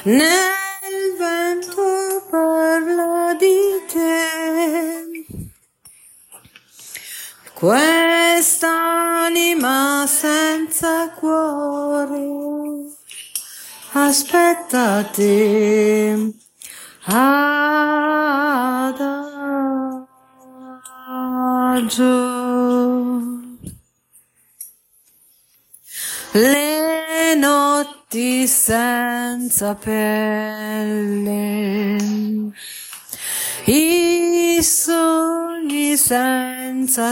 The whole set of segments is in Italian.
nel vento parla di te. Quest'anima senza cuore aspetta te adagio. Le notti senza pelle, i sogni senza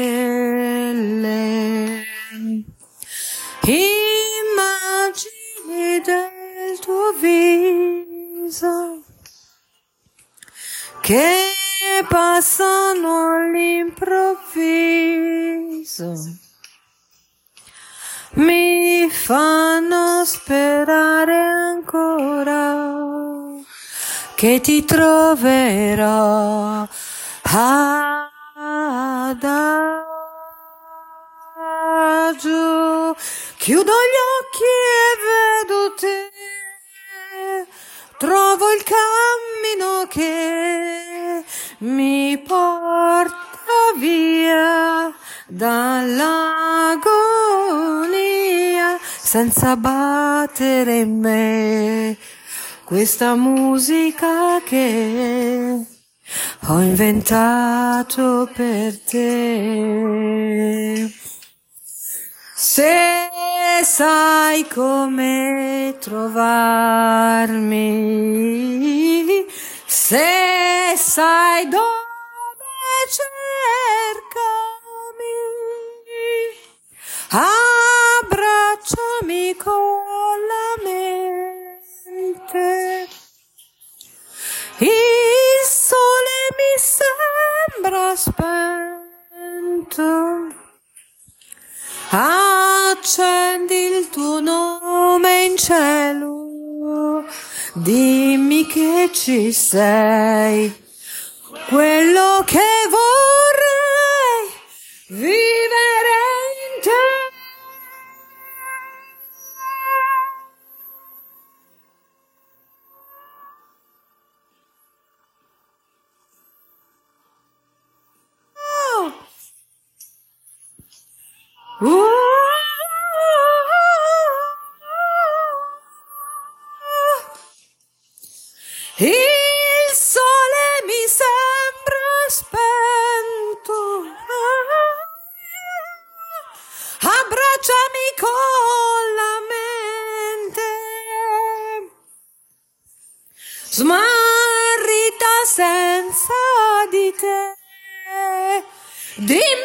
stelle, immagini del tuo viso che passano all'improvviso, mi fanno sperare ancora che ti troverò adagio. Chiudo gli occhi e vedo te, trovo il cammino che mi porta via dall'agonia, senza battere in me questa musica che ho inventato per te. Se sai come trovarmi, se sai dove cercami, abbracciami con la mente. Il sole mi sembra spento, accendi il tuo nome in cielo, dimmi che ci sei, quello che vorrei vivere in te. Il sole mi sembra spento, abbracciami con la mente, smarrita senza di te, dimmi